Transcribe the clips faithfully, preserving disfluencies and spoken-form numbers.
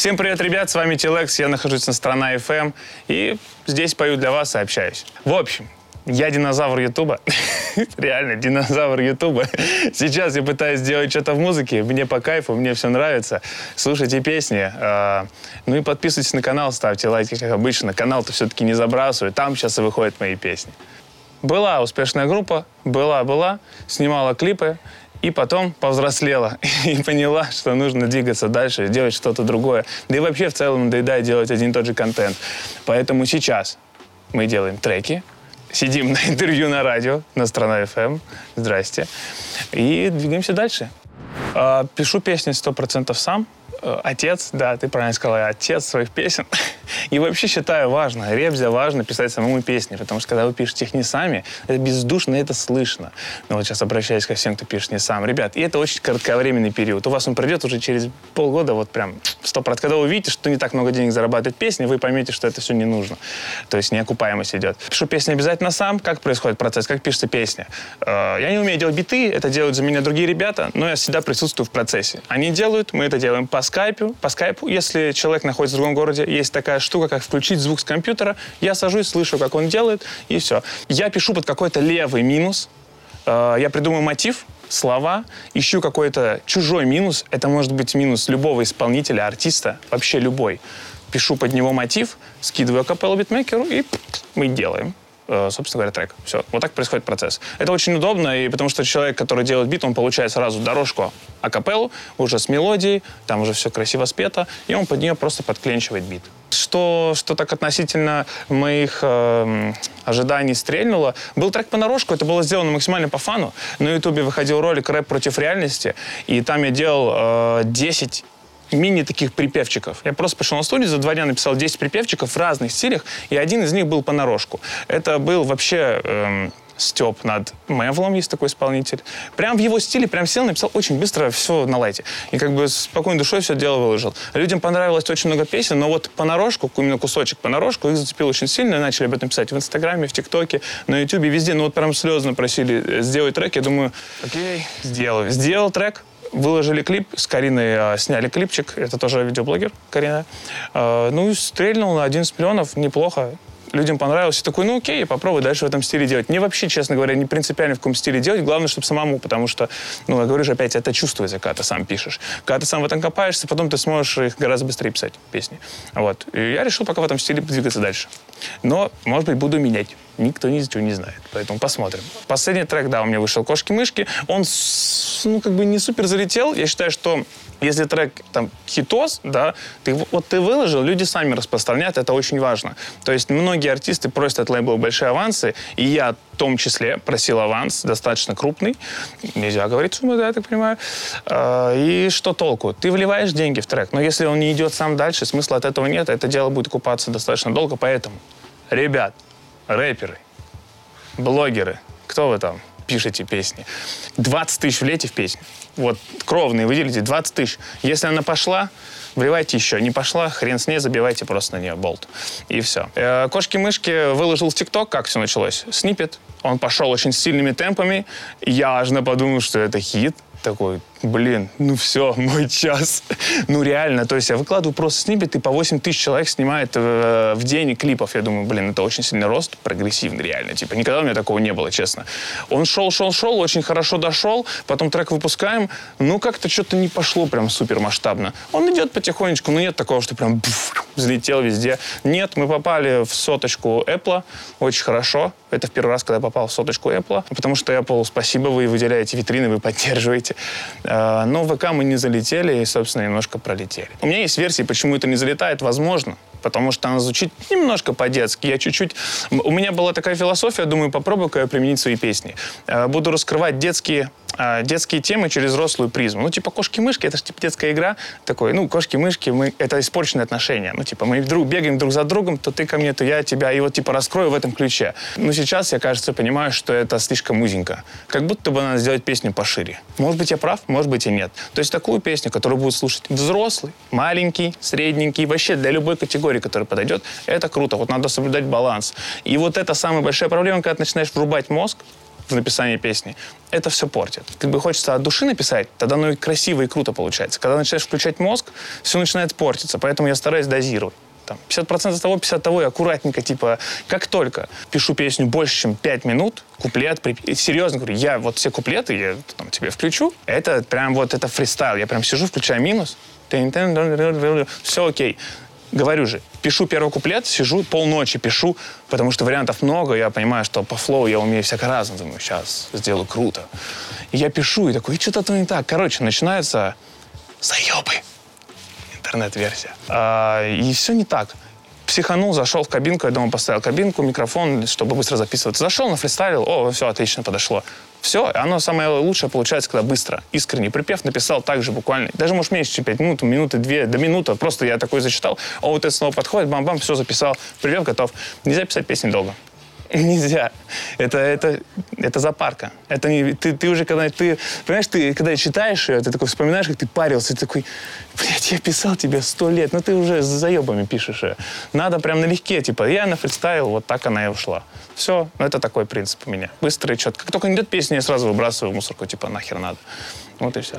Всем привет, ребят, с вами Тилекс, я нахожусь на Страна эф эм и здесь пою для вас и общаюсь. В общем, я динозавр Ютуба, реально динозавр Ютуба. Сейчас я пытаюсь сделать что-то в музыке, мне по кайфу, мне все нравится. Слушайте песни, э, ну и подписывайтесь на канал, ставьте лайки, как обычно. Канал-то все-таки не забрасываю, там сейчас и выходят мои песни. Была успешная группа, была-была, снимала клипы. И потом повзрослела и поняла, что нужно двигаться дальше, делать что-то другое. Да и вообще в целом надоедает делать один и тот же контент. Поэтому сейчас мы делаем треки, сидим на интервью на радио, на Страна эф эм. Здрасте. И двигаемся дальше. Пишу песни сто процентов сам. Отец, да, ты правильно сказала, я отец своих песен. И вообще считаю важно, ребзя важно писать самому песни, потому что когда вы пишете их не сами, это бездушно, это слышно. Но вот сейчас обращаюсь ко всем, кто пишет не сам. Ребят, и это очень кратковременный период. У вас он пройдет уже через полгода, вот прям сто процентов. Когда вы увидите, что не так много денег зарабатывает песня, вы поймете, что это все не нужно. То есть неокупаемость идет. Пишу песни обязательно сам. Как происходит процесс, как пишется песня? Я не умею делать биты, это делают за меня другие ребята, но я всегда присутствую в процессе. Они делают, мы это делаем по скайпу. По скайпу, если человек находится в другом городе, есть такая штука, как включить звук с компьютера. Я сажусь, слышу, как он делает, и все. Я пишу под какой-то левый минус. Я придумаю мотив, слова, ищу какой-то чужой минус. Это может быть минус любого исполнителя, артиста, вообще любой. Пишу под него мотив, скидываю акапеллу битмейкеру, и мы делаем. Собственно говоря, трек. Все. Вот так происходит процесс. Это очень удобно, и потому что человек, который делает бит, он получает сразу дорожку акапеллу, уже с мелодией, там уже все красиво спето, и он под нее просто подклинчивает бит. Что, что так относительно моих э, ожиданий стрельнуло. Был трек понарошку, это было сделано максимально по фану. На ютубе выходил ролик «Рэп против реальности», и там я делал э, десять мини таких припевчиков. Я просто пришел на студию, за два дня написал десять припевчиков в разных стилях, и один из них был понарошку. Это был вообще эм, стёб над Мэвлом, есть такой исполнитель. Прям в его стиле, прям сел, написал очень быстро все на лайте. И как бы с спокойной душой все дело выложил. Людям понравилось очень много песен, но вот понарошку, именно кусочек понарошку, их зацепил очень сильно, и начали об этом писать в Инстаграме, в ТикТоке, на Ютубе, везде. Ну вот прям слезно просили сделать трек. Я думаю, окей, сделаю. Сделал трек. Выложили клип, с Кариной э, сняли клипчик, это тоже видеоблогер Карина. Э, ну и стрельнул на одиннадцать миллионов, неплохо. Людям понравилось. Я такой, ну окей, попробуй дальше в этом стиле делать. Мне вообще, честно говоря, не принципиально в каком стиле делать. Главное, чтобы самому, потому что, ну, я говорю же, опять, это чувствуется, когда ты сам пишешь. Когда ты сам в этом копаешься, потом ты сможешь их гораздо быстрее писать, песни. Вот. И я решил пока в этом стиле двигаться дальше. Но, может быть, буду менять. Никто ничего не знает. Поэтому посмотрим. Последний трек, да, у меня вышел «Кошки-мышки». Он, ну, как бы не супер залетел. Я считаю, что если трек, там, хитос, да, ты, вот ты выложил, люди сами распространяют, это очень важно. То есть многие артисты просят от лейбла большие авансы, и я в том числе просил аванс, достаточно крупный. Нельзя говорить сумму, да, я так понимаю. И что толку? Ты вливаешь деньги в трек, но если он не идет сам дальше, смысла от этого нет, это дело будет купаться достаточно долго, поэтому, ребят, рэперы, блогеры, кто вы там пишете песни? двадцать тысяч влейте в песню. Вот, кровные выделите двадцать тысяч. Если она пошла, вливайте еще. Не пошла, хрен с ней, забивайте просто на нее болт. И все. Э, Кошки-мышки выложил в ТикТок, как все началось. Сниппет. Он пошел очень сильными темпами. Я аж подумал, что это хит. Такой, блин, ну все, мой час. Ну реально, то есть я выкладываю просто сниппет, и по восемь тысяч человек снимает э, в день клипов. Я думаю, блин, это очень сильный рост, прогрессивный реально. Типа никогда у меня такого не было, честно. Он шел, шел, шел, очень хорошо дошел, потом трек выпускаем, ну как-то что-то не пошло прям супер масштабно. Он идет потихонечку, но нет такого, что прям буф, взлетел везде. Нет, мы попали в соточку Apple, очень хорошо. Это в первый раз, когда я попал в соточку Apple, потому что Apple, спасибо, вы выделяете витрины, вы поддерживаете. Но в ВК мы не залетели и, собственно, немножко пролетели. У меня есть версии, почему это не залетает, возможно, потому что она звучит немножко по-детски. Я чуть-чуть... У меня была такая философия, думаю, попробую-ка я применить свои песни. Буду раскрывать детские, детские темы через взрослую призму. Ну, типа кошки-мышки, это же типа детская игра. Такой, ну, кошки-мышки, мы... это испорченные отношения. Ну, типа мы друг... бегаем друг за другом, то ты ко мне, то я тебя. И вот, типа, раскрою в этом ключе. Но сейчас я, кажется, понимаю, что это слишком узенько. Как будто бы надо сделать песню пошире. Может быть, я прав, может быть, и нет. То есть такую песню, которую будут слушать взрослый, маленький, средненький, вообще для любой категории, которая подойдет, это круто. Вот надо соблюдать баланс. И вот это самая большая проблема, когда ты начинаешь врубать мозг в написании песни, это все портит. Как бы хочется от души написать, тогда оно и красиво, и круто получается. Когда начинаешь включать мозг, все начинает портиться, поэтому я стараюсь дозировать. Там, пятьдесят процентов того, пятьдесят процентов того, и аккуратненько, типа, как только пишу песню больше, чем пять минут, куплет, припев, серьезно говорю, я вот все куплеты, я там тебе включу, это прям вот, это фристайл, я прям сижу, включаю минус, все окей. Говорю же, пишу первый куплет, сижу, полночи пишу, потому что вариантов много, я понимаю, что по флоу я умею всяко разно, думаю, сейчас сделаю круто. И я пишу, и такой, и что-то не так. Короче, начинаются заебы. Интернет-версия. А, и все не так. Психанул, зашел в кабинку, я дома поставил кабинку, микрофон, чтобы быстро записываться. Зашел, нафристайлил, о, все, отлично, подошло. Все, оно самое лучшее получается, когда быстро, искренне. Припев написал так же буквально. Даже, может, меньше, чем пять минут, минуты, две, до минуты. Просто я такой зачитал, о, вот это слово подходит, бам-бам, все записал. Припев готов. Нельзя писать песни долго. Нельзя. Это, это, это запарка. Это не, ты, ты уже, когда ты, понимаешь, ты, когда читаешь ее, ты такой вспоминаешь, как ты парился, ты такой, блядь, я писал тебе сто лет, но ты уже с заебами пишешь ее. Надо прям налегке, типа, я нафристайл, вот так она и ушла. Все, это такой принцип у меня. Быстро и четко. Как только идет песня, я сразу выбрасываю в мусорку, типа, нахер надо. Вот и все.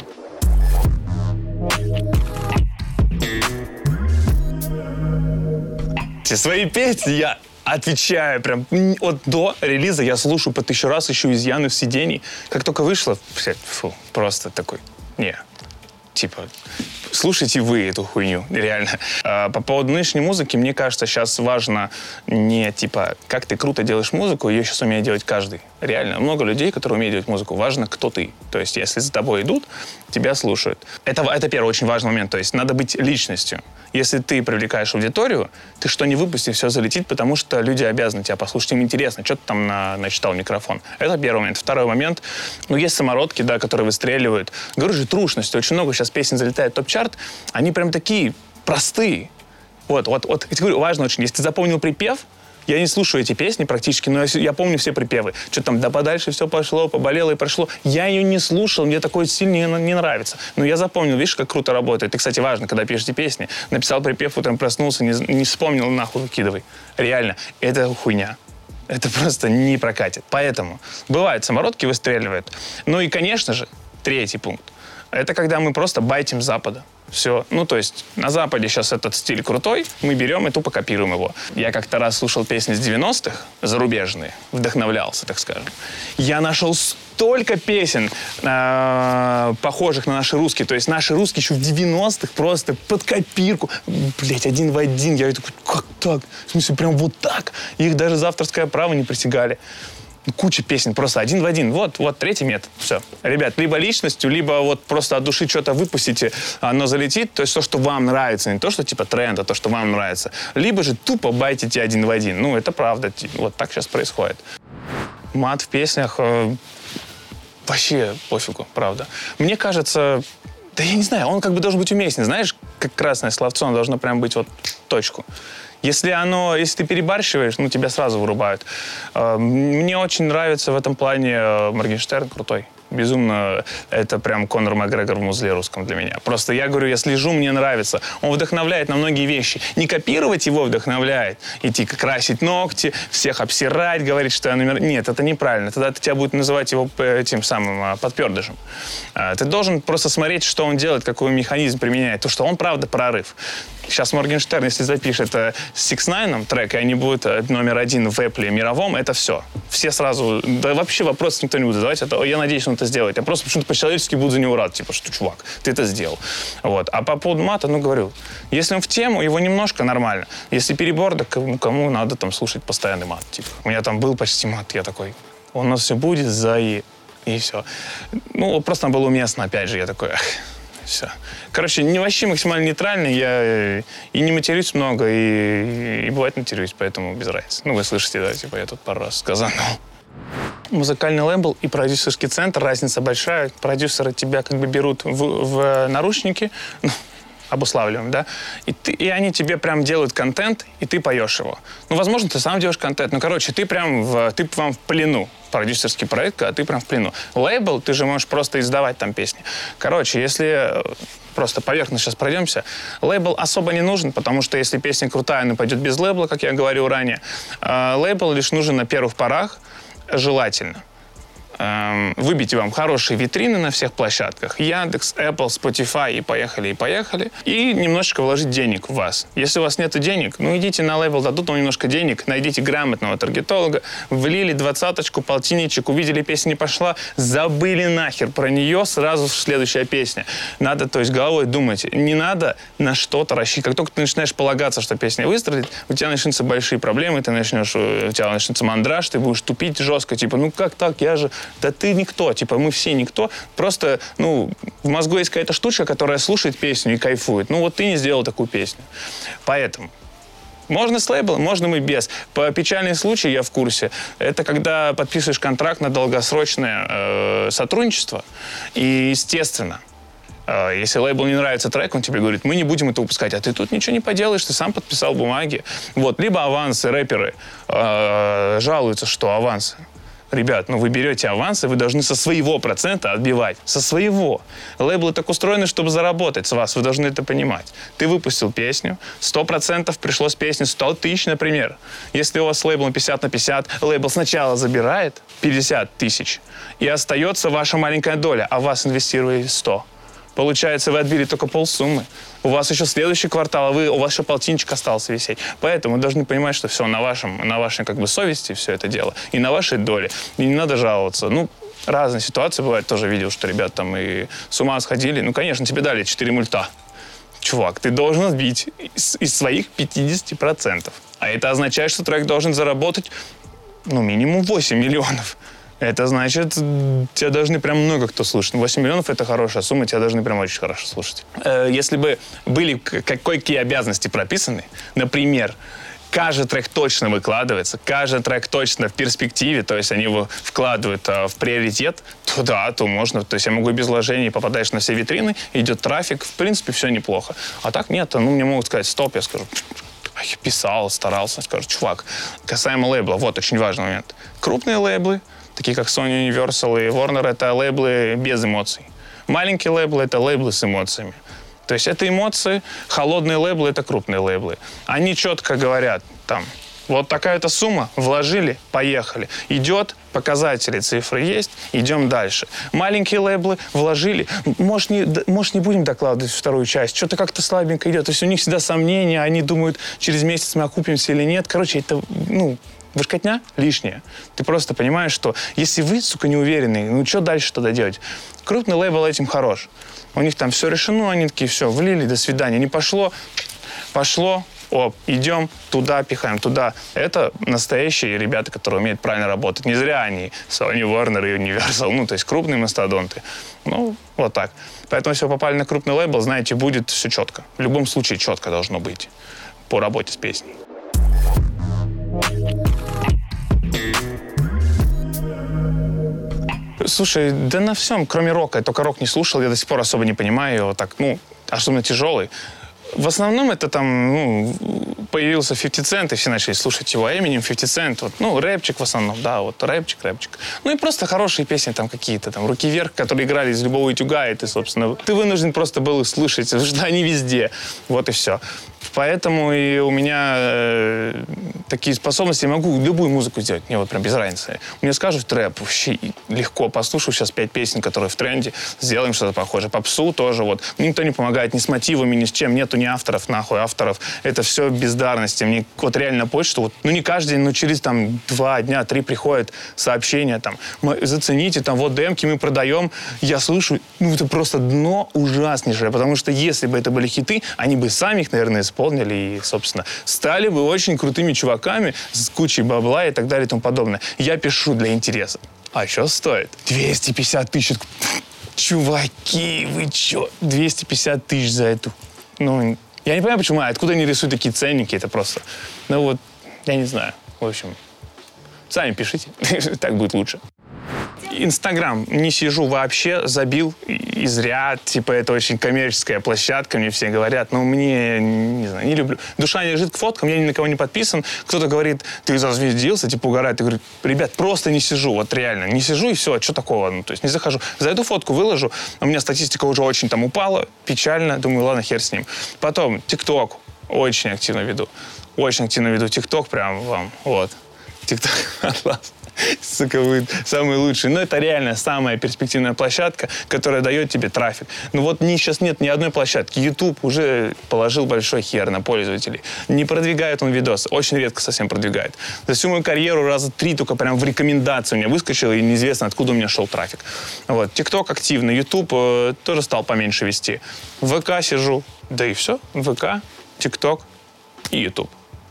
Все свои песни я... Отвечаю, прям от до релиза я слушаю по тысячу раз, ищу изъяны в сидении. Как только вышло, фу, просто такой, не, типа, слушайте вы эту хуйню, реально. А, по поводу нынешней музыки, мне кажется, сейчас важно не, типа, как ты круто делаешь музыку, ее сейчас умеет делать каждый. Реально, много людей, которые умеют делать музыку. Важно, кто ты. То есть, если за тобой идут, тебя слушают. Это, это первый очень важный момент. То есть, надо быть личностью. Если ты привлекаешь аудиторию, ты что не выпусти, все залетит, потому что люди обязаны тебя послушать. Им интересно, что ты там на, начитал микрофон. Это первый момент. Второй момент. Ну, есть самородки, да, которые выстреливают. Говорю же, трушность. Очень много сейчас песен залетает в топ-чарт. Они прям такие простые. Вот, вот, вот. Я говорю, важно очень. Если ты запомнил припев, я не слушаю эти песни практически, но я, я помню все припевы. Что там, да подальше все пошло, поболело и прошло. Я ее не слушал, мне такое сильно не, не нравится. Но я запомнил, видишь, как круто работает. И, кстати, важно, когда пишете песни, написал припев, утром проснулся, не, не вспомнил, нахуй выкидывай. Реально, это хуйня. Это просто не прокатит. Поэтому бывают самородки, выстреливают. Ну и, конечно же, третий пункт. Это когда мы просто байтим с Запада. Все. Ну, то есть на Западе сейчас этот стиль крутой, мы берем и тупо копируем его. Я как-то раз слушал песни с девяностых, зарубежные, вдохновлялся, так скажем. Я нашел столько песен, э, похожих на наши русские. То есть наши русские еще в девяностых просто под копирку. Блять, один в один. Я такой, как так? В смысле, прям вот так? Их даже за авторское право не присягали. Куча песен, просто один в один. Вот, вот третий метод. Все. Ребят, либо личностью, либо вот просто от души что-то выпустите, оно залетит. То есть то, что вам нравится. Не то, что типа тренд, а то, что вам нравится. Либо же тупо байтите один в один. Ну, это правда. Вот так сейчас происходит. Мат в песнях э, вообще пофигу, правда. Мне кажется, да я не знаю, он как бы должен быть уместен. Знаешь, как красное словцо, оно должно прям быть вот точку. Если оно, если ты перебарщиваешь, ну, тебя сразу вырубают. Мне очень нравится в этом плане Моргенштерн крутой. Безумно, это прям Конор Макгрегор в музле русском для меня. Просто я говорю, я слежу, мне нравится. Он вдохновляет на многие вещи. Не копировать его вдохновляет. Идти красить ногти, всех обсирать, говорить, что я номер... Нет, это неправильно. Тогда тебя будут называть его тем самым подпердышем. Ты должен просто смотреть, что он делает, какой механизм применяет. То, что он, правда, прорыв. Сейчас Моргенштерн, если запишет с сикс найном трек, и они будут номер один в Apple мировом, это все. Все сразу... Да вообще вопрос никто не будет задавать. Это, я надеюсь, он это сделает. Я просто почему-то по-человечески буду за него рад. Типа, что, чувак, ты это сделал. Вот. А по поводу мата, ну, говорю, если он в тему, его немножко нормально. Если перебор, так ну, кому надо там слушать постоянный мат. Типа, у меня там был почти мат, я такой, у нас все будет за и... И все. Ну, просто было уместно, опять же, я такой... Все. Короче, не вообще максимально нейтральный, я и не матерюсь много, и, и, и бывает матерюсь, поэтому без разницы. Ну, вы слышите, да, типа я тут пару раз сказал. Музыкальный лейбл и продюсерский центр, разница большая. Продюсеры тебя как бы берут в, в наручники, ну, обуславливаем, да, и, ты, и они тебе прям делают контент, и ты поешь его. Ну, возможно, ты сам делаешь контент, ну, короче, ты прям в, ты вам в плену. Продюсерский проект, а ты прям в плену. Лейбл, ты же можешь просто издавать там песни. Короче, если просто поверхностно сейчас пройдемся, лейбл особо не нужен, потому что если песня крутая, она пойдет без лейбла, как я говорил ранее. Лейбл лишь нужен на первых порах, желательно. эм, выбейте вам хорошие витрины на всех площадках. Яндекс, Apple, Spotify, и поехали, и поехали. И немножечко вложить денег в вас. Если у вас нет денег, ну идите на лейбл, дадут вам немножко денег, найдите грамотного таргетолога, влили двадцаточку, полтинничек, увидели, песня не пошла, забыли нахер про нее, сразу следующая песня. Надо, то есть, головой думать. Не надо на что-то рассчитывать. Как только ты начинаешь полагаться, что песня выстрелит, у тебя начнутся большие проблемы, ты начнешь, у тебя начнется мандраж, ты будешь тупить жестко, типа, ну как так, я же, да ты никто, типа, мы все никто. Просто, ну, в мозгу есть какая-то штучка, которая слушает песню и кайфует. Ну вот ты не сделал такую песню. Поэтому можно с лейблом, можно и без. По печальный случай, я в курсе, это когда подписываешь контракт на долгосрочное э, сотрудничество. И, естественно, э, если лейбл не нравится трек, он тебе говорит, мы не будем это выпускать. А ты тут ничего не поделаешь, ты сам подписал бумаги. Вот. Либо авансы, рэперы э, жалуются, что авансы. Ребят, ну вы берете авансы, вы должны со своего процента отбивать. Со своего. Лейблы так устроены, чтобы заработать с вас. Вы должны это понимать. Ты выпустил песню, сто процентов пришло с песни сто тысяч, например. Если у вас с лейблом пятьдесят на пятьдесят, лейбл сначала забирает пятьдесят тысяч, и остается ваша маленькая доля, а вас инвестировали сто. Получается, вы отбили только полсуммы. У вас еще следующий квартал, а вы, у вас еще полтинчик остался висеть. Поэтому вы должны понимать, что все на, вашем, на вашей как бы, совести все это дело. И на вашей доле. И не надо жаловаться. Ну, разные ситуации бывают. Тоже видел, что ребята там и с ума сходили. Ну, конечно, тебе дали четыре мульта. Чувак, ты должен отбить из, из своих пятидесяти процентов. А это означает, что трек должен заработать, ну, минимум восемь миллионов. Это значит, тебя должны прям много кто слушать. восемь миллионов – это хорошая сумма, тебя должны прям очень хорошо слушать. Если бы были какие обязанности прописаны, например, каждый трек точно выкладывается, каждый трек точно в перспективе, то есть они его вкладывают а, в приоритет, то да, то можно. То есть я могу без вложений, попадаешь на все витрины, идет трафик, в принципе, все неплохо. А так нет, ну мне могут сказать, стоп, я скажу, я писал, старался, скажу, чувак, касаемо лейбла, вот очень важный момент. Крупные лейблы, такие как Sony, Universal и Warner, это лейблы без эмоций. Маленькие лейблы — это лейблы с эмоциями. То есть это эмоции, холодные лейблы — это крупные лейблы. Они четко говорят, там, вот такая-то сумма, вложили, поехали. Идет, показатели, цифры есть, идем дальше. Маленькие лейблы вложили, может не, может, не будем докладывать вторую часть, что-то как-то слабенько идет. То есть у них всегда сомнения, они думают, через месяц мы окупимся или нет. Короче, это, ну, вышкотня лишняя. Ты просто понимаешь, что если вы, сука, не уверены, ну что дальше тогда делать? Крупный лейбл этим хорош. У них там все решено, они такие, все, влили, до свидания. Не пошло, пошло, оп, идем, туда пихаем, туда. Это настоящие ребята, которые умеют правильно работать. Не зря они Sony, Warner и Universal, ну, то есть крупные мастодонты. Ну, вот так. Поэтому, если вы попали на крупный лейбл, знаете, будет все четко. В любом случае четко должно быть по работе с песней. Слушай, да на всем, кроме рока. Я только рок не слушал, я до сих пор особо не понимаю его так, ну, особенно тяжелый. В основном это там, ну, появился фифти Cent, и все начали слушать его. Eminem, фифти Cent, вот, ну, рэпчик в основном, да, вот, рэпчик, рэпчик. Ну и просто хорошие песни там какие-то, там, «Руки вверх», которые играли из любого утюга, и ты, собственно, ты вынужден просто был их слышать, потому что они везде, вот и все. Поэтому и у меня э, такие способности, я могу любую музыку сделать, мне вот прям без разницы. Мне скажут рэп, вообще легко, послушаю сейчас пять песен, которые в тренде, сделаем что-то похожее. Попсу тоже вот, никто не помогает ни с мотивами, ни с чем, нету ни авторов, нахуй авторов, это все бездарности. Мне вот реально почту, вот, ну не каждый день, но через там два дня, три приходят сообщения, там, зацените, там, вот демки мы продаем, я слышу, ну это просто дно ужаснейшее, потому что если бы это были хиты, они бы сами их, наверное, исполнили и, собственно, стали бы очень крутыми чуваками с кучей бабла и так далее и тому подобное. Я пишу для интереса. А что стоит? двести пятьдесят тысяч. Чуваки, вы чё? двести пятьдесят тысяч за эту. Ну, я не понимаю, почему, откуда они рисуют такие ценники, это просто. Ну вот, я не знаю. В общем, сами пишите, так будет лучше. Инстаграм не сижу вообще, забил и зря. Типа, это очень коммерческая площадка, мне все говорят. Но мне, не знаю, не люблю. Душа не лежит к фоткам, я ни на кого не подписан. Кто-то говорит, ты зазвездился, типа, угорает. Я говорю, ребят, просто не сижу, вот реально. Не сижу и все, а что такого? Ну, то есть не захожу. За эту фотку выложу, у меня статистика уже очень там упала, печально. Думаю, ладно, хер с ним. Потом ТикТок очень активно веду. Очень активно веду ТикТок, прям вам, вот. ТикТок, Атлас. Сука, вы самые лучшие. Но это реально самая перспективная площадка, которая дает тебе трафик. Ну вот ни, сейчас нет ни одной площадки. YouTube уже положил большой хер на пользователей. Не продвигает он видосы. Очень редко совсем продвигает. За всю мою карьеру раза три только прям в рекомендации у меня выскочило, и неизвестно, откуда у меня шел трафик. Вот. TikTok активно. YouTube э, тоже стал поменьше вести. В ВК сижу. Да и все. ВК, TikTok и YouTube.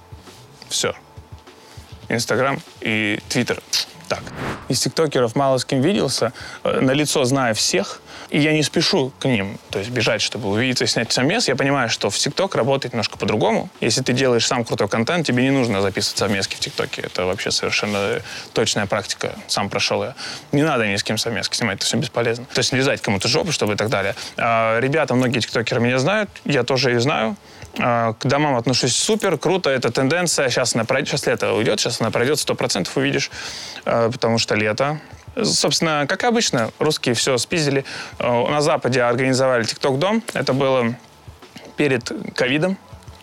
Все. Инстаграм и Твиттер. Так. Из тиктокеров мало с кем виделся. На лицо знаю всех. И я не спешу к ним, то есть бежать, чтобы увидеться и снять совмес. Я понимаю, что в ТикТок работает немножко по-другому. Если ты делаешь сам крутой контент, тебе не нужно записывать совмески в ТикТоке. Это вообще совершенно точная практика. Сам прошел я. Не надо ни с кем совмески снимать, это все бесполезно. То есть лизать кому-то жопу, чтобы и так далее. А, ребята, многие тиктокеры меня знают, я тоже их знаю. К домам отношусь супер, круто, это тенденция. Сейчас она пройдет, сейчас лето уйдет, сейчас она пройдет, сто процентов увидишь, потому что лето. Собственно, как обычно, русские все спиздили. На Западе организовали ТикТок-дом. Это было перед ковидом.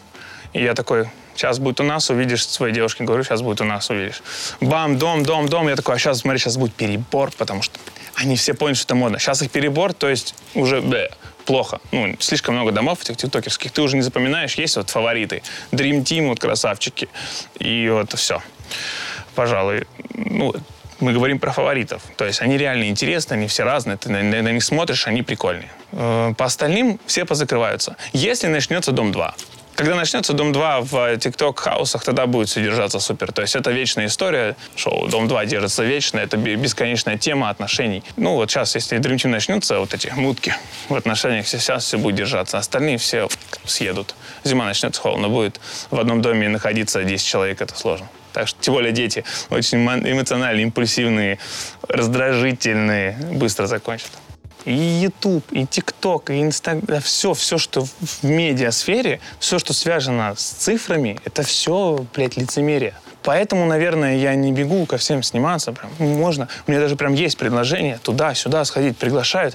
И я такой, сейчас будет у нас, увидишь, своей девушке говорю, сейчас будет у нас, увидишь. Бам, дом, дом, дом. Я такой, а сейчас, смотри, сейчас будет перебор, потому что они все поняли, что это модно. Сейчас их перебор, то есть уже... Бэ, плохо. Ну, слишком много домов этих тиктокерских. Ты уже не запоминаешь. Есть вот фавориты. Dream Team, вот красавчики. И вот все. Пожалуй. Ну, мы говорим про фаворитов. То есть они реально интересны, они все разные. Ты на, на них смотришь, они прикольные. По остальным все позакрываются. Если начнется Дом два. Когда начнется Дом два в ТикТок-хаусах, тогда будет все держаться супер. То есть это вечная история. Шоу Дом два держится вечно. Это бесконечная тема отношений. Ну вот сейчас, если Dream Team начнется, вот эти мутки в отношениях, сейчас все будет держаться. Остальные все съедут. Зима начнется, холодно будет. В одном доме находиться десять человек, это сложно. Так что, тем более дети очень эмоциональные, импульсивные, раздражительные, быстро закончат. И YouTube, и TikTok, и Instagram, все, все, что в медиасфере, все, что связано с цифрами, это все, блядь, лицемерие. Поэтому, наверное, я не бегу ко всем сниматься. Прям, можно. У меня даже прям есть предложение туда-сюда сходить, приглашают.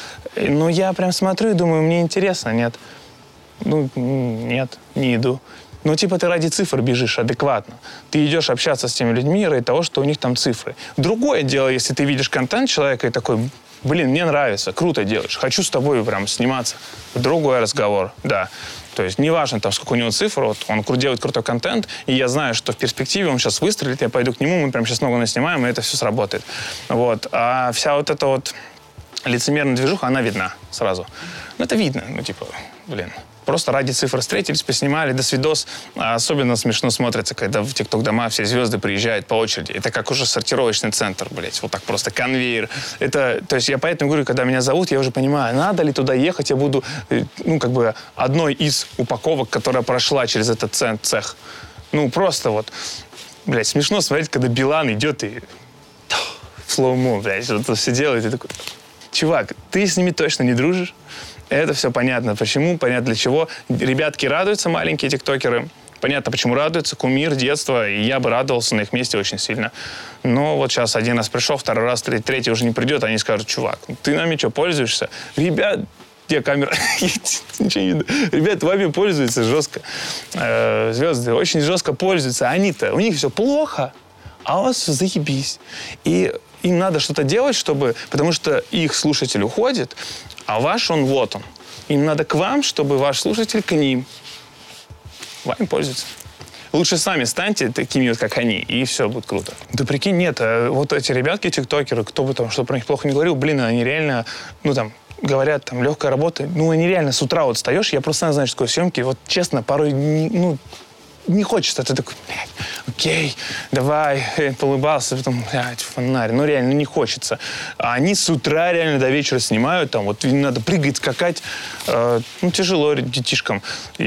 Но я прям смотрю и думаю, мне интересно, нет. Ну, нет, не иду. Ну, типа, ты ради цифр бежишь адекватно. Ты идешь общаться с теми людьми ради того, что у них там цифры. Другое дело, если ты видишь контент человека и такой, блин, мне нравится, круто делаешь, хочу с тобой прям сниматься. Другой разговор, да. То есть неважно, там, сколько у него цифр, вот, он делает крутой контент, и я знаю, что в перспективе он сейчас выстрелит, я пойду к нему, мы прям сейчас много наснимаем, и это все сработает. Вот. А вся вот эта вот лицемерная движуха, она видна сразу. Ну, это видно, ну, типа, блин. Просто ради цифр встретились, поснимали, до свидос. А особенно смешно смотрится, когда в ТикТок-дома все звезды приезжают по очереди. Это как уже сортировочный центр, блядь. Вот так просто конвейер. Это, то есть я поэтому говорю, когда меня зовут, я уже понимаю, надо ли туда ехать, я буду, ну, как бы, одной из упаковок, которая прошла через этот цех. Ну, просто вот, блядь, смешно смотреть, когда Билан идет и в слоумо, блядь, это все делает. И такой, чувак, ты с ними точно не дружишь? Это все понятно. Почему, понятно для чего. Ребятки радуются, маленькие тиктокеры. Понятно, почему радуются. Кумир, детство. И я бы радовался на их месте очень сильно. Но вот сейчас один раз пришел, второй раз, третий, третий уже не придет. Они скажут, чувак, ты нами что, пользуешься? Ребят, где камера? Ничего не видно. Ребят, вами пользуются жестко. Звезды очень жестко пользуются. Они-то, у них все плохо, а у вас все заебись. И им надо что-то делать, чтобы... Потому что их слушатель уходит, а ваш он вот он. Им надо к вам, чтобы ваш слушатель к ним. Вами пользуется. Лучше сами станьте такими вот, как они, и все будет круто. Да прикинь, нет, вот эти ребятки, тиктокеры, кто бы там, что про них плохо не говорил, блин, они реально, ну там, говорят, там, легкая работа. Ну, они реально с утра вот встаешь, я просто знаю, что такое съемки, вот честно, порой, ну, не хочется. Ты такой, блядь, окей, давай, полыбался, потом, блядь, фонарь. Ну, реально, не хочется. А они с утра реально до вечера снимают, там, вот, им надо прыгать, скакать. Э, ну, тяжело детишкам.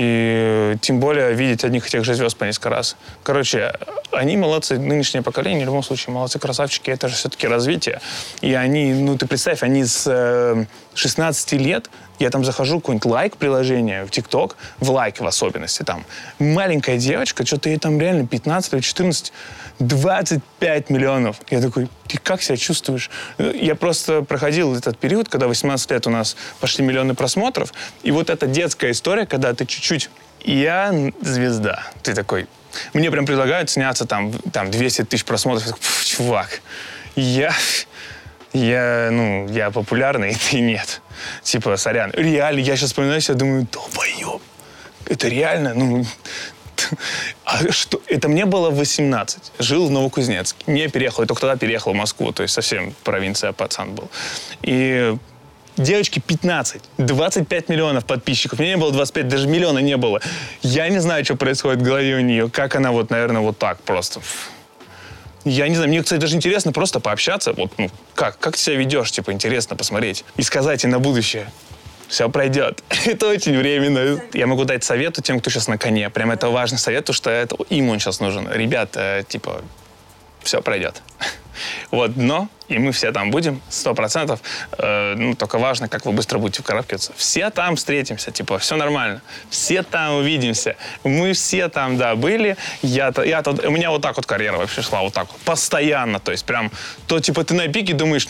И тем более видеть одних и тех же звезд по несколько раз. Короче, они молодцы, нынешнее поколение, в любом случае, молодцы, красавчики, это же все-таки развитие. И они, ну, ты представь, они с э, шестнадцати лет, я там захожу, какой-нибудь лайк-приложение в ТикТок, в лайк в особенности, там, маленькая девочка, что-то ей там реально пятнадцать или четырнадцать, двадцать пять миллионов. Я такой, ты как себя чувствуешь? Я просто проходил этот период, когда восемнадцать лет у нас пошли миллионы просмотров, и вот эта детская история, когда ты чуть-чуть, я звезда. Ты такой, мне прям предлагают сняться там, там двести тысяч просмотров. Я такой, чувак, я, я, ну, я популярный, и ты нет. Типа, сорян. Реально, я сейчас вспоминаю себя, думаю, долбоёб, это реально, ну... А что? Это мне было восемнадцать. Жил в Новокузнецке. Не переехал. Я только тогда переехал в Москву. То есть совсем провинция, пацан был. И девочки пятнадцать. двадцать пять миллионов подписчиков. Мне не было двадцать пять, даже миллиона не было. Я не знаю, что происходит в голове у нее. Как она вот, наверное, вот так просто... Я не знаю, мне, кстати, даже интересно просто пообщаться. Вот, ну, как? Как ты себя ведешь? Типа, интересно посмотреть. И сказать ей на будущее. Все пройдет. Это очень временно. Я могу дать совет тем, кто сейчас на коне. Прям это важный совет, потому что это, им он сейчас нужен. Ребята, типа, все пройдет. Вот дно, и мы все там будем, сто процентов. Э, ну, только важно, как вы быстро будете вкарабкиваться. Все там встретимся, типа, все нормально. Все там увидимся. Мы все там, да, были. Я, я, у меня вот так вот карьера вообще шла, вот так вот. Постоянно. То есть прям, то, типа, ты на пике думаешь...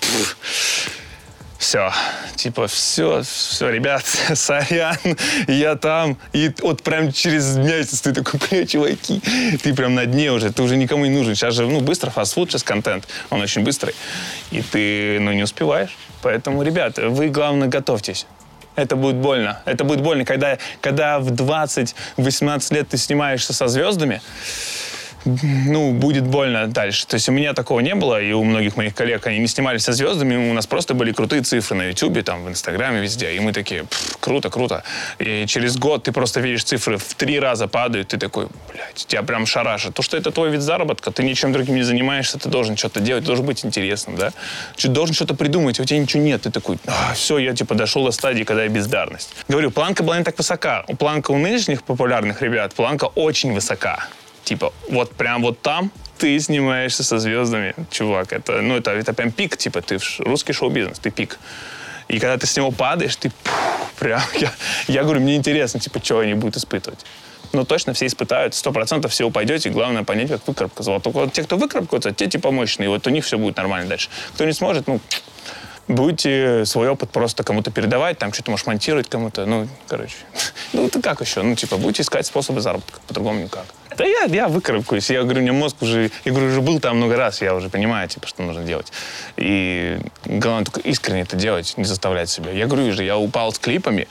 Все, типа, все, все, ребят, сорян, я там. И вот прям через месяц ты такой, бля, чуваки, ты прям на дне уже, ты уже никому не нужен. Сейчас же, ну, быстро, фастфуд, сейчас контент, он очень быстрый. И ты, ну, не успеваешь. Поэтому, ребят, вы, главное, готовьтесь. Это будет больно. Это будет больно, когда, когда в двадцать-восемнадцать лет ты снимаешься со звездами, ну, будет больно дальше. То есть у меня такого не было, и у многих моих коллег, они не снимались со звездами, у нас просто были крутые цифры на Ютубе, там, в Инстаграме, везде. И мы такие, круто, круто. И через год ты просто видишь, цифры в три раза падают, ты такой, блядь, тебя прям шарашит. То, что это твой вид заработка, ты ничем другим не занимаешься, ты должен что-то делать, ты должен быть интересным, да? Ты должен что-то придумать, а у тебя ничего нет. Ты такой, а, все, я, типа, дошел до стадии, когда я бездарность. Говорю, планка была не так высока. У планка у нынешних популярных ребят, планка очень высока. Типа, вот прям вот там ты снимаешься со звездами, чувак. Это, ну, это, это прям пик, типа, ты в русский шоу-бизнес, ты пик. И когда ты с него падаешь, ты пух, прям... Я, я говорю, мне интересно, типа, что они будут испытывать. Но точно все испытают, сто процентов все упадете, и главное понять, как выкарабкаться. Вот только вот те, кто выкарабкаются, те, типа, мощные, вот у них все будет нормально дальше. Кто не сможет, ну... Будете свой опыт просто кому-то передавать, там что-то, может, монтировать кому-то, ну, короче. Ну, это как еще? Ну, типа, будете искать способы заработка, по-другому никак. Да я, я выкарабкаюсь, я говорю, у меня мозг уже, я говорю, уже был там много раз, я уже понимаю, типа, что нужно делать. И главное только искренне это делать, не заставлять себя. Я говорю же, я упал с клипами,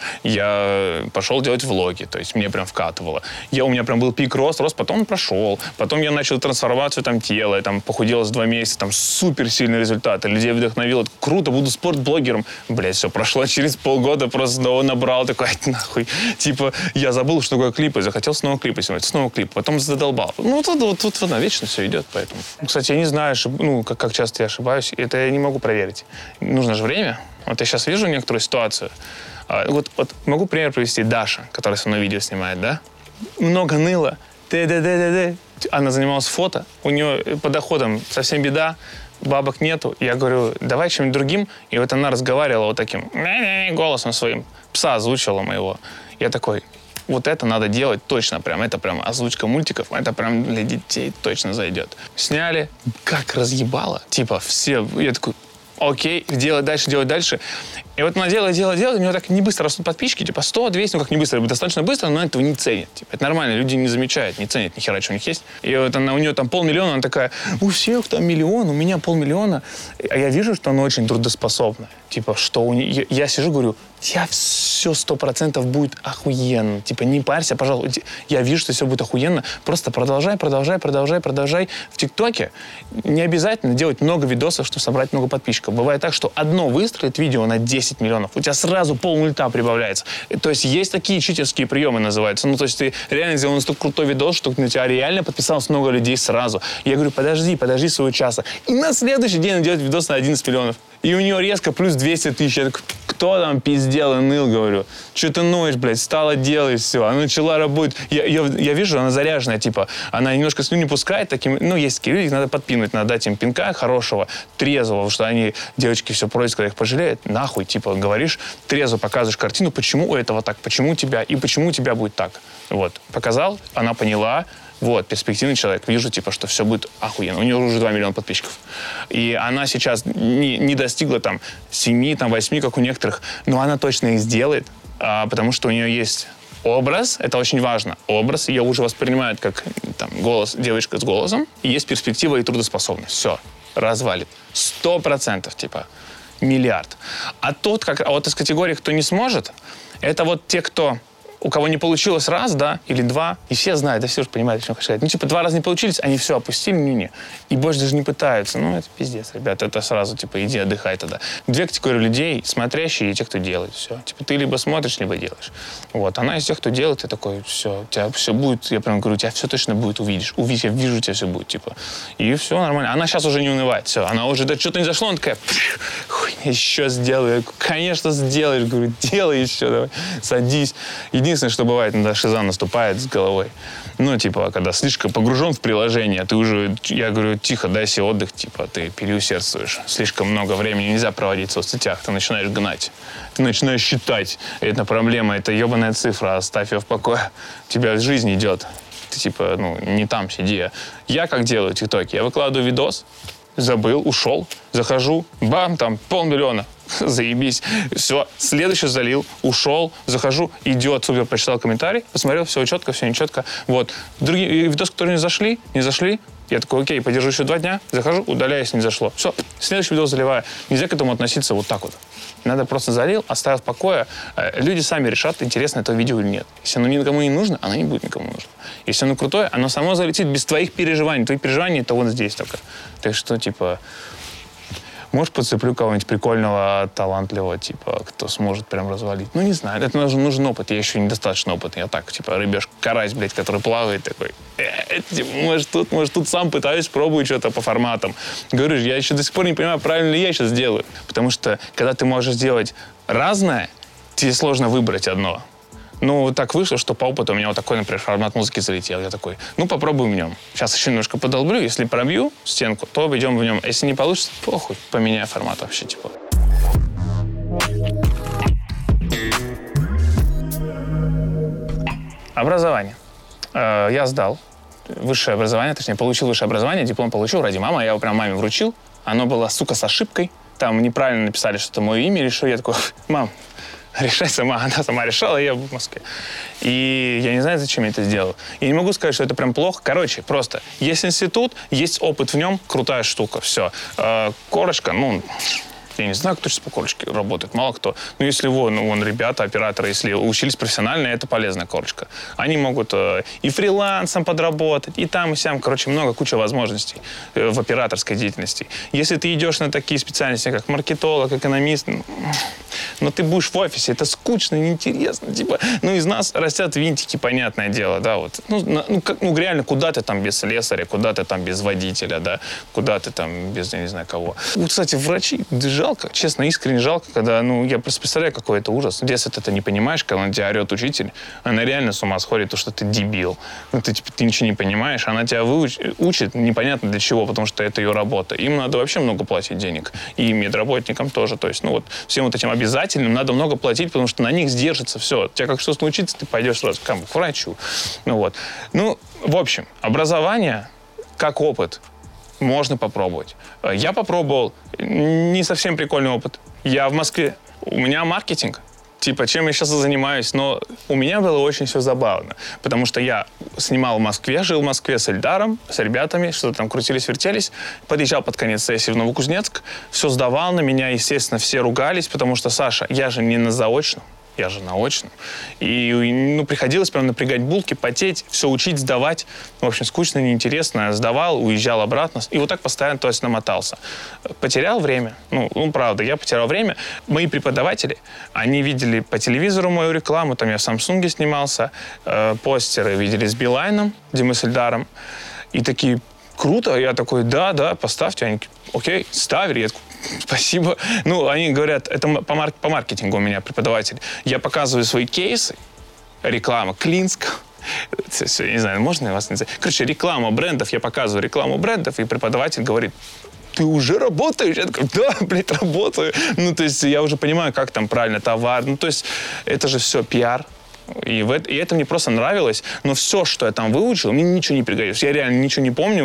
я пошел делать влоги, то есть мне прям вкатывало. Я, у меня прям был пик рост, рост, потом он прошел, потом я начал трансформацию там тела, я там похудел за два месяца, там супер сильный результат, людей вдохновил, это круто, буду спортблогером. Блять, все, прошло через полгода, просто снова набрал, такой, нахуй. Типа, я забыл, что такое клипы, захотел снова клипы снимать, снова клип, потом задолбал. Ну, вот, вот, вот, вот, вечно все идет, поэтому. Кстати, я не знаю, ну, как, как часто я ошибаюсь, это я не могу проверить. Нужно же время. Вот я сейчас вижу некоторую ситуацию. Вот, вот могу пример привести. Даша, которая со мной видео снимает, да? Много ныла. Т-д-д-д-д. Она занималась фото, у нее по доходам совсем беда, бабок нету. Я говорю, давай чем-нибудь другим. И вот она разговаривала вот таким голосом своим. Пса озвучила моего. Я такой, вот это надо делать точно прям. Это прям озвучка мультиков. Это прям для детей точно зайдет. Сняли. Как разъебало. Типа все. Я такой, окей, делать дальше, делать дальше. И вот она делает, делает, делает, у нее так не быстро растут подписчики, типа сто, двести, ну как не быстро, достаточно быстро, но этого не ценят. Типа, это нормально, люди не замечают, не ценят ни хера, что у них есть. И вот она, у нее там полмиллиона, она такая, у всех там миллион, у меня полмиллиона. А я вижу, что она очень трудоспособна. Типа, что у нее... Я, я сижу, говорю, я все сто процентов будет охуенно. Типа, не парься, пожалуйста. Я вижу, что все будет охуенно. Просто продолжай, продолжай, продолжай, продолжай. В ТикТоке не обязательно делать много видосов, чтобы собрать много подписчиков. Бывает так, что одно выстрелит видео на десять миллионов. У тебя сразу полмульта прибавляется. То есть есть такие читерские приемы, называются. Ну, то есть ты реально сделал настолько крутой видос, что на тебя реально подписалось много людей сразу. Я говорю, подожди, подожди своего часа. И на следующий день он делает видос на одиннадцать миллионов. И у нее резко плюс двести тысяч. Я такой, кто там пиздел и ныл, говорю. Что ты ноешь, блядь, стала делать все. Она начала работать. Я, я, я вижу, она заряженная, типа, она немножко слюни пускает, таким, ну, есть такие люди, их надо подпинуть, надо дать им пинка хорошего, трезвого, потому что они, девочки, все просят, когда их пожалеют, нахуй, типа, говоришь, трезво показываешь картину, почему у этого так, почему у тебя, и почему у тебя будет так. Вот, показал, она поняла. Вот, перспективный человек. Вижу, типа, что все будет охуенно. У нее уже два миллиона подписчиков. И она сейчас не, не достигла там семи, там, восьми, как у некоторых, но она точно их сделает, а, потому что у нее есть образ, это очень важно. Образ ее уже воспринимают как там, голос, девочка с голосом. И есть перспектива и трудоспособность. Все, развалит. Сто процентов, типа, миллиард. А тот, как, а вот из категории, кто не сможет, это вот те, кто... у кого не получилось раз, да, или два, и все знают, да все же понимают, о чем хочу сказать. Ну, типа, два раза не получились, они все опустили, не-не. И больше даже не пытаются. Ну, это пиздец, ребят, это сразу, типа, иди отдыхай тогда. Две категории людей, смотрящие и те, кто делает, все. Типа, ты либо смотришь, либо делаешь. Вот, она из тех, кто делает, ты такой, все, у тебя все будет, я прям говорю, у тебя все точно будет, увидишь. Увидишь, я вижу, у тебя все будет, типа. И все нормально. Она сейчас уже не унывает, все. Она уже, да что-то не зашло, она такая, хуй, еще сделаю. Я говорю, конечно, сделаешь, говорю, делай еще, давай, садись. Единственное, что бывает, когда шиза наступает с головой. Ну, типа, когда слишком погружен в приложение, а ты уже, я говорю, тихо, дай себе отдых, типа, ты переусердствуешь. Слишком много времени нельзя проводить в соцсетях, ты начинаешь гнать. Ты начинаешь считать. Это проблема, это ебаная цифра, оставь ее в покое. У тебя жизнь идет. Ты, типа, ну, не там сиди. Я как делаю в ТикТоке? Я выкладываю видос, забыл, ушел, захожу, бам, там, полмиллиона. Заебись. Все, следующий залил, ушел, захожу, идет, супер, прочитал комментарий, посмотрел, все четко, все нечетко. Вот. Другие видосы, которые не зашли, не зашли, я такой, окей, подержу еще два дня, захожу, удаляюсь, не зашло. Все, следующий видос заливаю. Нельзя к этому относиться вот так вот. Надо просто залил, оставил в покое. Люди сами решат, интересно это видео или нет. Если оно никому не нужно, оно не будет никому нужно. Если оно крутое, оно само залетит без твоих переживаний. Твои переживания — это вот здесь только. Так что, типа... Может, подцеплю кого-нибудь прикольного, талантливого, типа, кто сможет прям развалить. Ну, не знаю, это нужен, нужен опыт. Я еще недостаточно опытный. Я так, типа, рыбешка, карась, блядь, который плавает, такой, э, типа, может, тут, может, тут сам пытаюсь, пробую что-то по форматам. Говорю, я еще до сих пор не понимаю, правильно ли я сейчас делаю. Потому что, когда ты можешь сделать разное, тебе сложно выбрать одно. Ну, так вышло, что по опыту у меня вот такой, например, формат музыки залетел. Я такой, ну, попробуем в нем. Сейчас еще немножко подолблю. Если пробью стенку, то идем в нем. Если не получится, похуй, поменяю формат вообще, типа. Образование. Я сдал высшее образование, точнее, получил высшее образование, диплом получил ради мамы. Я его прям маме вручил. Оно было, сука, с ошибкой. Там неправильно написали что-то мое имя или что. Я такой, мам, решай сама. Она сама решала, и я в Москве. И я не знаю, зачем я это сделал. Я не могу сказать, что это прям плохо. Короче, просто есть институт, есть опыт в нем, крутая штука, все. Корочка, ну... Я не знаю, кто сейчас по корочке работает, мало кто. Но если вон, вон ребята, операторы, если учились профессионально, это полезная корочка. Они могут э, и фрилансом подработать, и там, и сям. Короче, много, куча возможностей э, в операторской деятельности. Если ты идешь на такие специальности, как маркетолог, экономист, ну, но ты будешь в офисе, это скучно, неинтересно. Типа, ну, из нас растят винтики, понятное дело, да, вот. Ну, ну, как, ну реально, куда ты там без слесаря, куда ты там без водителя, да, куда ты там без, я не знаю, кого. Вот, кстати, врачи, жалко, честно, искренне жалко, когда, ну, я просто представляю, какой это ужас. В детстве ты это не понимаешь, когда на тебя орет учитель, она реально с ума сходит, то, что ты дебил. Ну, ты, типа, ты ничего не понимаешь, она тебя выуч... учит непонятно для чего, потому что это ее работа. Им надо вообще много платить денег. И медработникам тоже. То есть, ну, вот, всем вот этим обязательным надо много платить, потому что на них сдержится все. У тебя как что случится, ты пойдешь сразу к, к врачу. Ну, вот. Ну, в общем, образование как опыт можно попробовать. Я попробовал. Не совсем прикольный опыт. Я в Москве. У меня маркетинг. Типа, чем я сейчас и занимаюсь. Но у меня было очень все забавно. Потому что я снимал в Москве, жил в Москве с Эльдаром, с ребятами, что-то там крутились-вертелись. Подъезжал под конец сессии в Новокузнецк. Все сдавал на меня. Естественно, все ругались, потому что, Саша, я же не на заочном. Я же на очном. И, ну, приходилось прям напрягать булки, потеть, все учить, сдавать. В общем, скучно, неинтересно. Сдавал, уезжал обратно. И вот так постоянно, то есть, намотался. Потерял время. Ну, ну, правда, я потерял время. Мои преподаватели, они видели по телевизору мою рекламу. Там я в Samsung снимался. Э, постеры видели с Билайном, где мы с Эльдаром. И такие, круто. Я такой, да, да, поставьте. Они, окей, ставили. Я такой, спасибо. Ну, они говорят, это по, марк- по маркетингу у меня преподаватель. Я показываю свои кейсы, реклама Клинск. Все, не знаю, можно я вас не знаю. Короче, реклама брендов, я показываю рекламу брендов, и преподаватель говорит, ты уже работаешь? Я такой, да, блядь, работаю. Ну, то есть я уже понимаю, как там правильно товар. Ну, то есть это же все пиар. И, в это, и это мне просто нравилось. Но все, что я там выучил, мне ничего не пригодилось. Я реально ничего не помню. Вот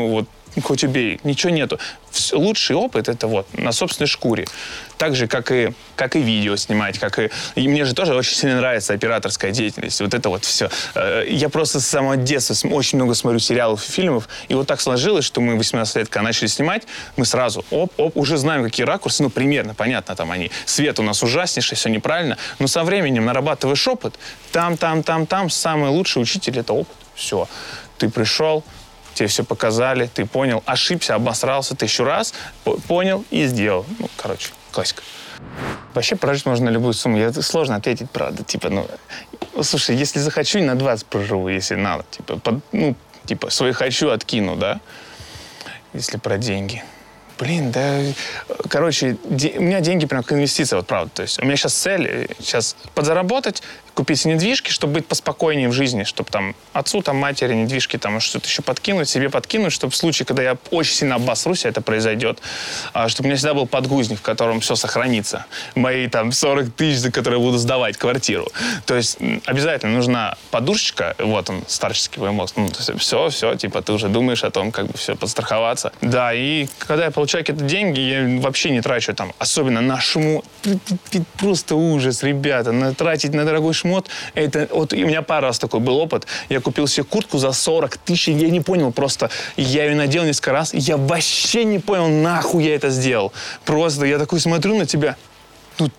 хоть убей, ничего нету. Лучший опыт — это вот на собственной шкуре. Так же, как и, как и видео снимать, как и... И мне же тоже очень сильно нравится операторская деятельность. Вот это вот все. Я просто с самого детства очень много смотрю сериалов и фильмов, и вот так сложилось, что мы восемнадцать лет, когда начали снимать, мы сразу, оп-оп, уже знаем, какие ракурсы, ну, примерно, понятно, там они. Свет у нас ужаснейший, все неправильно, но со временем нарабатываешь опыт. Там, там, там, там, самый лучший учитель — это опыт. Все. Ты пришел, тебе все показали, ты понял, ошибся, обосрался тысячу раз, понял и сделал. Ну, короче, классика. Вообще прожить можно на любую сумму. Я, сложно ответить, правда. Типа, ну, слушай, если захочу, и на двадцать проживу, если надо. Типа, под, ну, типа, свои хочу откину, да? Если про деньги. Блин, да, короче, де, у меня деньги прям как инвестиция, вот правда. То есть у меня сейчас цель, сейчас подзаработать, купить недвижки, чтобы быть поспокойнее в жизни, чтобы там отцу, там, матери, недвижки, там, что-то еще подкинуть, себе подкинуть, чтобы в случае, когда я очень сильно обосрусь, это произойдет, а, чтобы у меня всегда был подгузник, в котором все сохранится. Мои там сорок тысяч, за которые я буду сдавать квартиру. То есть обязательно нужна подушечка, вот он, старческий твой мозг, ну, то есть все, все, типа, ты уже думаешь о том, как бы все, подстраховаться. Да, и когда я получаю какие-то деньги, я вообще не трачу там, особенно на шмот. Просто ужас, ребята, на, тратить на дорогой шмот. Это, вот, у меня пару раз такой был опыт. Я купил себе куртку за сорок тысяч, я не понял просто. Я ее надел несколько раз, я вообще не понял, нахуй я это сделал. Просто я такой смотрю на тебя. Ну,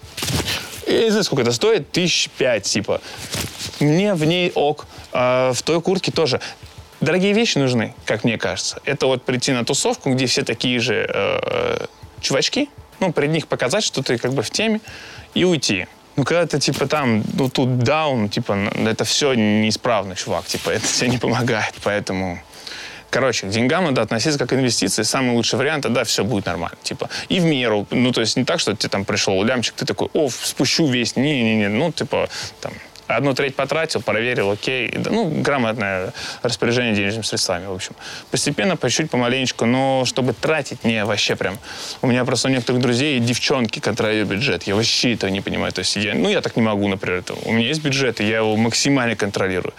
я не знаю, сколько это стоит, тысяч пять, типа. Мне в ней ок. А в той куртке тоже. Дорогие вещи нужны, как мне кажется. Это вот прийти на тусовку, где все такие же э, чувачки, ну, перед них показать, что ты как бы в теме, и уйти. Ну, когда ты, типа, там, ну, тут даун, типа, это все неисправно, чувак, типа, это тебе не помогает, поэтому... Короче, к деньгам надо относиться как к инвестиции. Самый лучший вариант, тогда все будет нормально. Типа, и в меру. Ну, то есть не так, что тебе там пришел лямчик, ты такой, о, спущу весь. Не-не-не, ну, типа, там... Одну треть потратил, проверил, окей. Ну, грамотное распоряжение денежными средствами, в общем. Постепенно, по чуть-чуть, помаленечку, но чтобы тратить, не, вообще прям. У меня просто у некоторых друзей девчонки контролируют бюджет. Я вообще этого не понимаю. То есть я, ну, я так не могу, например. Это. У меня есть бюджет, и я его максимально контролирую.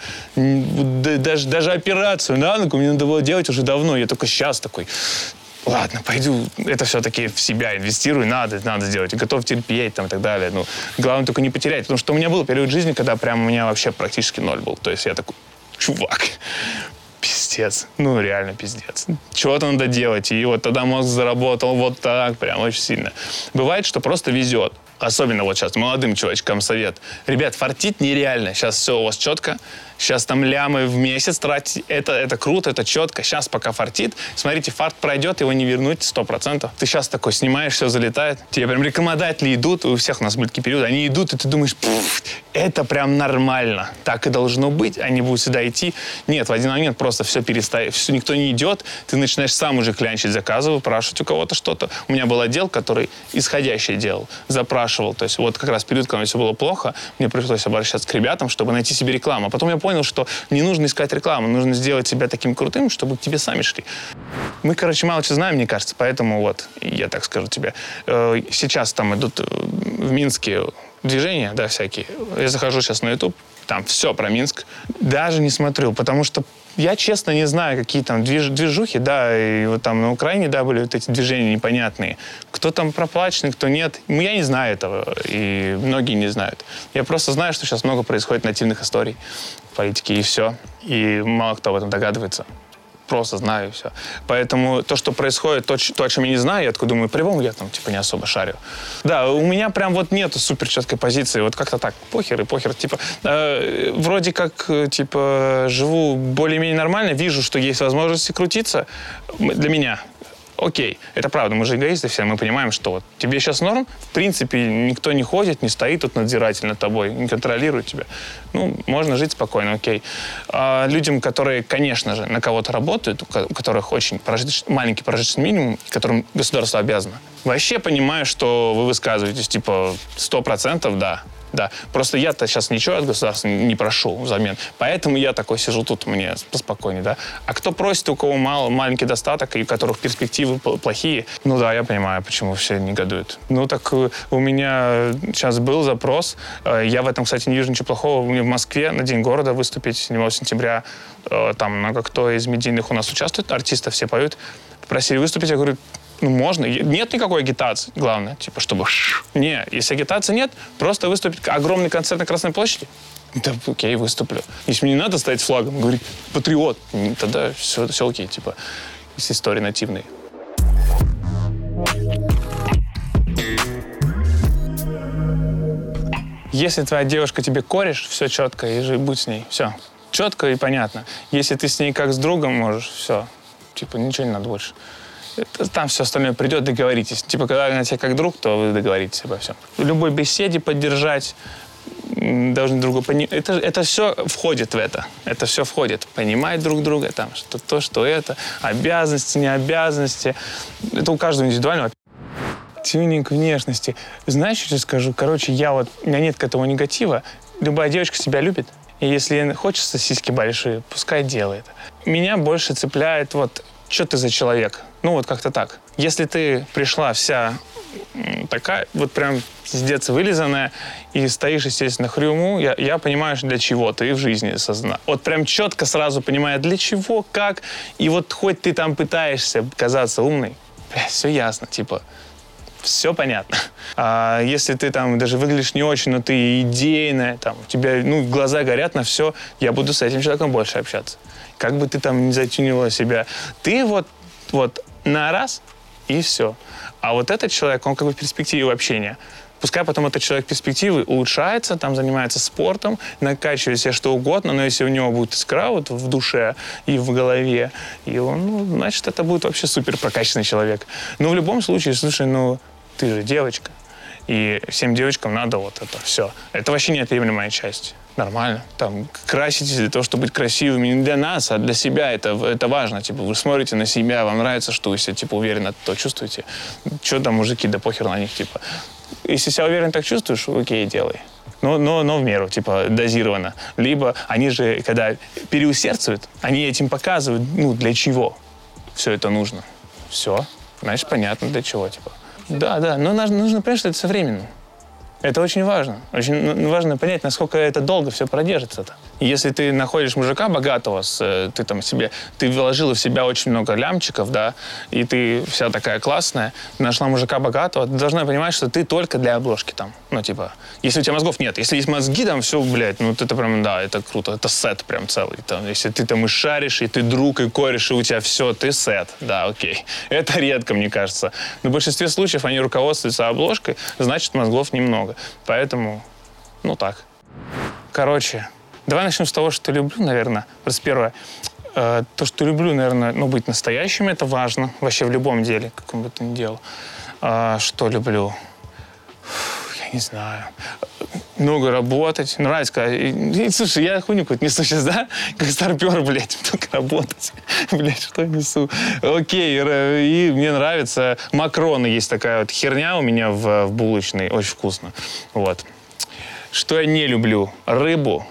Даже, даже операцию на ногу мне надо было делать уже давно. Я только сейчас такой... Ладно, пойду, это все-таки в себя инвестирую, надо, надо сделать, готов терпеть там и так далее. Ну, главное только не потерять, потому что у меня был период жизни, когда прям у меня вообще практически ноль был. То есть я такой, чувак, пиздец, ну реально пиздец. Чего-то надо делать, и вот тогда мозг заработал вот так, прям очень сильно. Бывает, что просто везет. Особенно вот сейчас молодым чувачкам совет. Ребят, фартить нереально. Сейчас все у вас четко. Сейчас там лямы в месяц тратить. Это, это круто, это четко. Сейчас пока фартит. Смотрите, фарт пройдет, его не вернуть сто процентов. Ты сейчас такой снимаешь, все залетает. Тебе прям рекламодатели идут. У всех у нас были такие периоды. Они идут, и ты думаешь, это прям нормально. Так и должно быть. Они будут сюда идти. Нет, в один момент просто все перестает. Все, никто не идет. Ты начинаешь сам уже клянчить заказы, выпрашивать у кого-то что-то. У меня был отдел, который исходящее делал. Запрашивал. То есть вот как раз период, когда все было плохо, мне пришлось обращаться к ребятам, чтобы найти себе рекламу. А потом я понял, что не нужно искать рекламу, нужно сделать себя таким крутым, чтобы к тебе сами шли. Мы, короче, мало чего знаем, мне кажется, поэтому вот, я так скажу тебе. Сейчас там идут в Минске движения, да, всякие. Я захожу сейчас на YouTube, там все про Минск. Даже не смотрю, потому что я, честно, не знаю, какие там движ, движухи, да, и вот там на Украине, да, были вот эти движения непонятные. Кто там проплаченный, кто нет. Ну, я не знаю этого, и многие не знают. Я просто знаю, что сейчас много происходит нативных историй в политике, и все. И мало кто об этом догадывается. Просто знаю, и все. Поэтому то, что происходит, то, то, о чем я не знаю, я такой думаю, по-любому я там, типа, не особо шарю. Да, у меня прям вот нету супер четкой позиции, вот как-то так, похер и похер, типа, э, вроде как, типа, живу более-менее нормально, вижу, что есть возможности крутиться для меня. Окей, это правда, мы же эгоисты все, мы понимаем, что вот тебе сейчас норм, в принципе, никто не ходит, не стоит тут надзиратель над тобой, не контролирует тебя. Ну, можно жить спокойно, окей. А людям, которые, конечно же, на кого-то работают, у которых очень прожиточ... маленький прожиточный минимум, которым государство обязано, вообще понимаю, что вы высказываетесь, типа, сто процентов, да. Да. Просто я-то сейчас ничего от государства не прошу взамен. Поэтому я такой сижу тут, мне поспокойнее, да. А кто просит, у кого мало, маленький достаток, и у которых перспективы плохие, ну да, я понимаю, почему все негодуют. Ну так у меня сейчас был запрос. Я в этом, кстати, не вижу ничего плохого. Мне в Москве на День города выступить седьмого сентября. Там много кто из медийных у нас участвует, артисты все поют. Попросили выступить, я говорю, ну, можно. Нет никакой агитации, главное, типа, чтобы... Не, если агитации нет, просто выступить огромный концерт на Красной площади. Да, окей, выступлю. Если мне не надо стоять флагом, говорить, патриот, тогда все, все окей, типа, с историей нативной. Если твоя девушка тебе кореш, все четко, и будь с ней, все. Четко и понятно. Если ты с ней как с другом можешь, все. Типа, ничего не надо больше. Это, там все остальное придет, договоритесь. Типа, когда она тебе как друг, то вы договоритесь обо всем. В любой беседе поддержать, должны друга понимать. Это, это все входит в это. Это все входит. Понимать друг друга, там, что то, что это, обязанности, не обязанности. Это у каждого индивидуально. Тюнинг внешности. Знаешь, что я скажу? Короче, я вот, у меня нет к этому негатива. Любая девочка себя любит. И если хочется сиськи большие, пускай делает. Меня больше цепляет вот, что ты за человек. Ну, вот как-то так. Если ты пришла вся такая, вот прям пиздец вылизанная, и стоишь, естественно, хрюму, я, я понимаю, для чего ты в жизни создана. Вот прям четко сразу понимаю, для чего, как. И вот хоть ты там пытаешься казаться умной, бля, все ясно, типа... Все понятно. А если ты там даже выглядишь не очень, но ты идейная, там, у тебя ну, глаза горят на все, я буду с этим человеком больше общаться. Как бы ты там не затюнила себя. Ты вот, вот на раз, и все. А вот этот человек, он как бы в перспективе общения. Пускай потом этот человек перспективы улучшается, там занимается спортом, накачивает себе что угодно, но если у него будет искра вот в душе и в голове, и он, ну, значит, это будет вообще супер прокачанный человек. Но в любом случае, слушай, ну, ты же девочка, и всем девочкам надо вот это все. Это вообще неотъемлемая часть. Нормально. Там краситесь для того, чтобы быть красивыми. Не для нас, а для себя. Это, это важно. Типа, вы смотрите на себя, вам нравится, что вы себя типа, уверенно то чувствуете. Что там мужики, да похер на них, типа. Если себя уверенно так чувствуешь, окей, делай. Но, но, но в меру, типа, дозированно. Либо они же, когда переусердствуют, они этим показывают, ну, для чего все это нужно. Все. Значит, понятно, для чего, типа. Да, да, но нужно, нужно понять, что это со временем. Это очень важно. Очень важно понять, насколько это долго все продержится-то. Если ты находишь мужика богатого, с, ты там себе, ты вложила в себя очень много лямчиков, да, и ты вся такая классная, нашла мужика богатого, ты должна понимать, что ты только для обложки там. Ну, типа, если у тебя мозгов нет, если есть мозги, там все, блядь, ну, это прям, да, это круто, это сет прям целый. Там, если ты там и шаришь, и ты друг, и кореш, и у тебя все, ты сет, да, окей. Это редко, мне кажется. Но в большинстве случаев они руководствуются обложкой, значит, мозгов немного. Поэтому, ну так. Короче, давай начнем с того, что люблю, наверное. Просто первое. Э, то, что люблю, наверное, ну, быть настоящим, это важно. Вообще в любом деле, каком бы ты ни делал. Э, что люблю? Я не знаю. Много работать. Нравится, когда... И, слушай, я хуйню какую-то несу сейчас, да? Как старпер, блядь, только работать. Блядь, что несу? Окей, и мне нравится. Макароны есть такая вот херня у меня в, в булочной. Очень вкусно. Вот. Что я не люблю? Рыбу.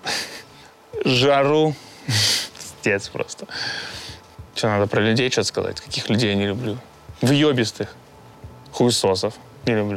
Жару. Пиздец просто. Что, надо про людей что-то сказать? Каких людей я не люблю? Въебистых. Хуесосов. Не люблю.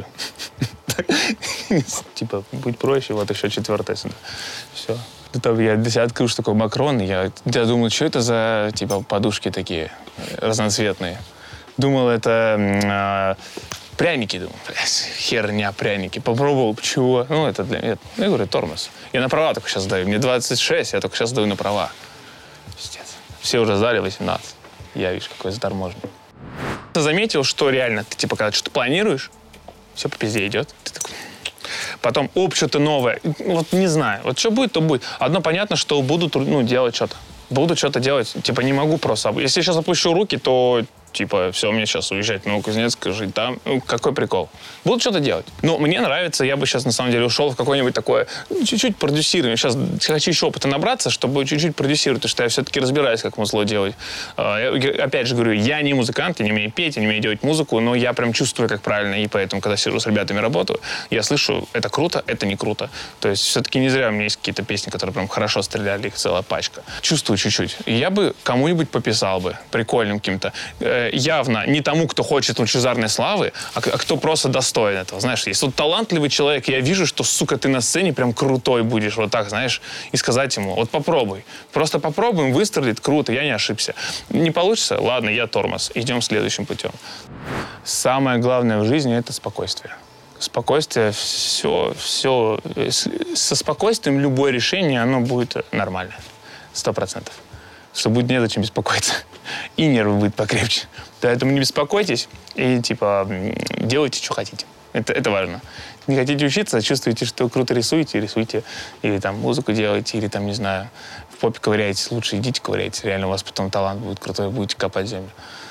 Типа, будь проще, вот еще четвертое сюда. Все. Там я для себя открыл, что такое макарон. Я, я думал, что это за, типа, подушки такие разноцветные. Думал, это э, пряники, думал. Херня, пряники. Попробовал, чего? Ну, это для меня. Я говорю, тормоз. Я на права только сейчас сдаю. Мне двадцать шесть, я только сейчас сдаю на права. Пиздец. Все уже сдали восемнадцать. Я, видишь, какой заторможенный. Ты заметил, что реально, ты, типа, когда что-то планируешь, все по пизде идет. Ты такой... Потом, оп, что-то новое. Вот не знаю. Вот что будет, то будет. Одно понятно, что буду ну, делать что-то. Буду что-то делать. Типа не могу просто. Если я сейчас опущу руки, то типа, все, мне сейчас уезжать в Новокузнецк, жить там. Ну, какой прикол? Буду что-то делать. Но мне нравится, я бы сейчас, на самом деле, ушел в какое-нибудь такое, ну, чуть-чуть продюсирование. Сейчас хочу еще опыта набраться, чтобы чуть-чуть продюсировать, потому что я все-таки разбираюсь, как музло делать. Я, опять же говорю, я не музыкант, я не умею петь, я не умею делать музыку, но я прям чувствую, как правильно, и поэтому, когда сижу с ребятами работаю, я слышу, это круто, это не круто. То есть все-таки не зря у меня есть какие-то песни, которые прям хорошо стреляли, их целая пачка. Чувствую чуть-чуть. И я бы кому-нибудь пописал бы, прикольным каким-то. Э, явно не тому, кто хочет лучезарной славы, а, а кто просто достоин этого. Знаешь, если вот талантливый человек, я вижу, что, сука, ты на сцене прям крутой будешь, вот так, знаешь, и сказать ему, вот попробуй. Просто попробуем, выстрелит, круто, я не ошибся. Не получится? Ладно, я тормоз. Идем следующим путем. Самое главное в жизни — это спокойствие. Спокойствие, все, все. Со спокойствием любое решение, оно будет нормально. Сто процентов. Что будет незачем беспокоиться. И нервы будут покрепче. Поэтому не беспокойтесь и, типа, делайте, что хотите. Это, это важно. Не хотите учиться, чувствуете, что круто рисуете, рисуйте. Или там музыку делаете, или там, не знаю, в попе ковыряетесь. Лучше идите ковыряйтесь. Реально у вас потом талант будет крутой, будете копать землю.